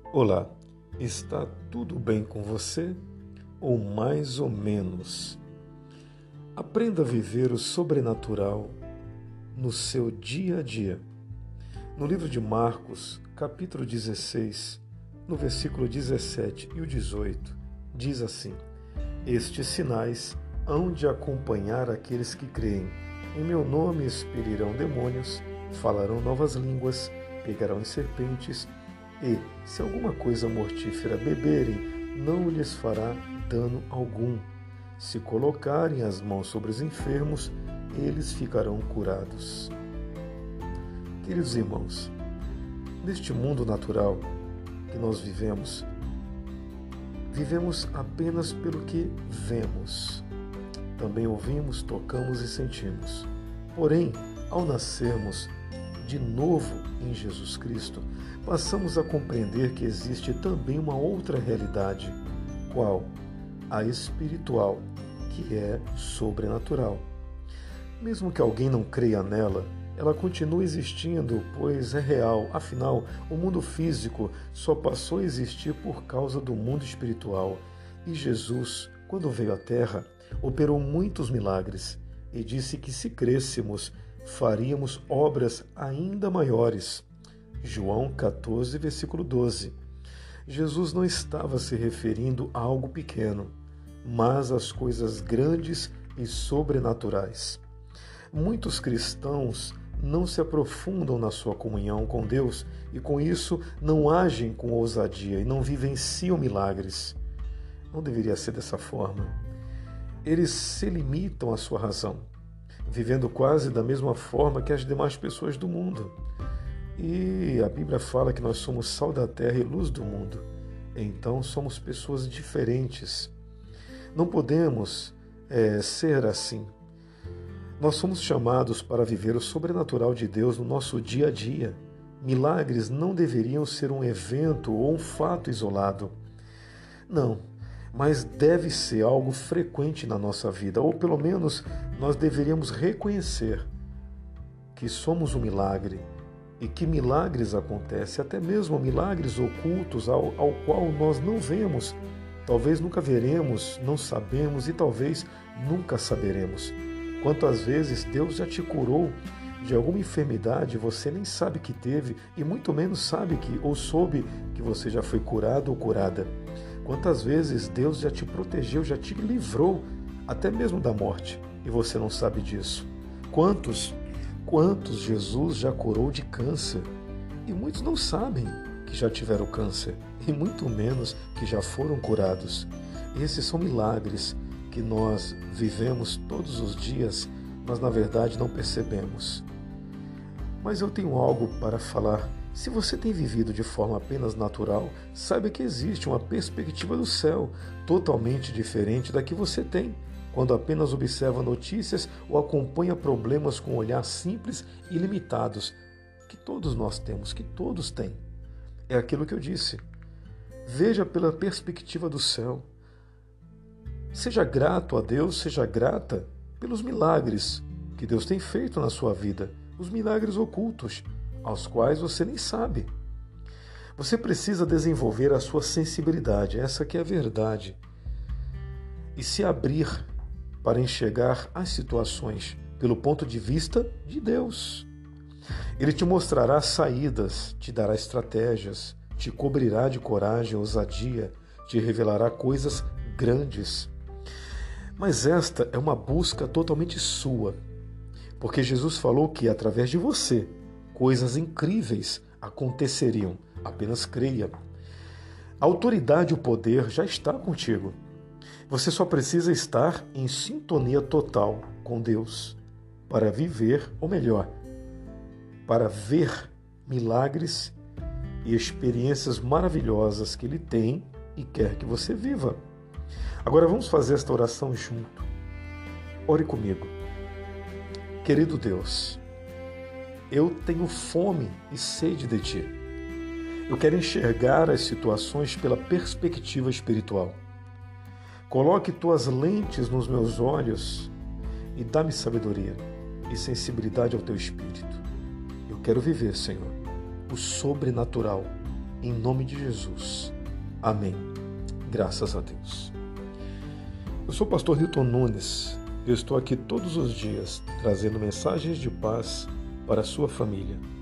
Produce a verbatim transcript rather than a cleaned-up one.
Olá, está tudo bem com você? Ou mais ou menos? Aprenda a viver o sobrenatural no seu dia a dia. No livro de Marcos, capítulo dezesseis, no versículo dezessete e o dezoito, diz assim: Estes sinais hão de acompanhar aqueles que creem. Em meu nome expelirão demônios, falarão novas línguas, pegarão em serpentes, e, se alguma coisa mortífera beberem, não lhes fará dano algum. Se colocarem as mãos sobre os enfermos, eles ficarão curados. Queridos irmãos, neste mundo natural que nós vivemos, vivemos apenas pelo que vemos. Também ouvimos, tocamos e sentimos. Porém, ao nascermos de novo em Jesus Cristo, passamos a compreender que existe também uma outra realidade, qual? A espiritual, que é sobrenatural. Mesmo que alguém não creia nela, ela continua existindo, pois é real. Afinal, o mundo físico só passou a existir por causa do mundo espiritual. E Jesus, quando veio à Terra, operou muitos milagres e disse que se crêssemos, faríamos obras ainda maiores. João catorze, versículo doze. Jesus não estava se referindo a algo pequeno, mas às coisas grandes e sobrenaturais. Muitos cristãos não se aprofundam na sua comunhão com Deus e, com isso, não agem com ousadia e não vivenciam milagres. Não deveria ser dessa forma. Eles se limitam à sua razão, vivendo quase da mesma forma que as demais pessoas do mundo. E a Bíblia fala que nós somos sal da terra e luz do mundo. Então somos pessoas diferentes. Não podemos é, ser assim. Nós somos chamados para viver o sobrenatural de Deus no nosso dia a dia. Milagres não deveriam ser um evento ou um fato isolado. Não, mas deve ser algo frequente na nossa vida, ou pelo menos nós deveríamos reconhecer que somos um milagre e que milagres acontecem, até mesmo milagres ocultos ao, ao qual nós não vemos, talvez nunca veremos, não sabemos e talvez nunca saberemos. Quantas vezes Deus já te curou de alguma enfermidade, você nem sabe que teve e muito menos sabe que ou soube que você já foi curado ou curada. Quantas vezes Deus já te protegeu, já te livrou até mesmo da morte e você não sabe disso. Quantos, quantos Jesus já curou de câncer e muitos não sabem que já tiveram câncer e muito menos que já foram curados. Esses são milagres que nós vivemos todos os dias, mas na verdade não percebemos. Mas eu tenho algo para falar. Se você tem vivido de forma apenas natural, saiba que existe uma perspectiva do céu totalmente diferente da que você tem quando apenas observa notícias ou acompanha problemas com um olhar simples e limitados, que todos nós temos, que todos têm. É aquilo que eu disse. Veja pela perspectiva do céu. Seja grato a Deus, seja grata pelos milagres que Deus tem feito na sua vida, os milagres ocultos, aos quais você nem sabe. Você precisa desenvolver a sua sensibilidade, essa que é a verdade, e se abrir para enxergar as situações pelo ponto de vista de Deus. Ele te mostrará saídas, te dará estratégias, te cobrirá de coragem, ousadia, te revelará coisas grandes. Mas esta é uma busca totalmente sua, porque Jesus falou que, através de você, coisas incríveis aconteceriam. Apenas creia. A autoridade e o poder já está contigo. Você só precisa estar em sintonia total com Deus para viver, ou melhor, para ver milagres e experiências maravilhosas que Ele tem e quer que você viva. Agora vamos fazer esta oração junto. Ore comigo. Querido Deus, eu tenho fome e sede de Ti. Eu quero enxergar as situações pela perspectiva espiritual. Coloque Tuas lentes nos meus olhos e dá-me sabedoria e sensibilidade ao Teu Espírito. Eu quero viver, Senhor, o sobrenatural em nome de Jesus. Amém. Graças a Deus. Eu sou o pastor Nilton Nunes. Eu estou aqui todos os dias trazendo mensagens de paz para a sua família.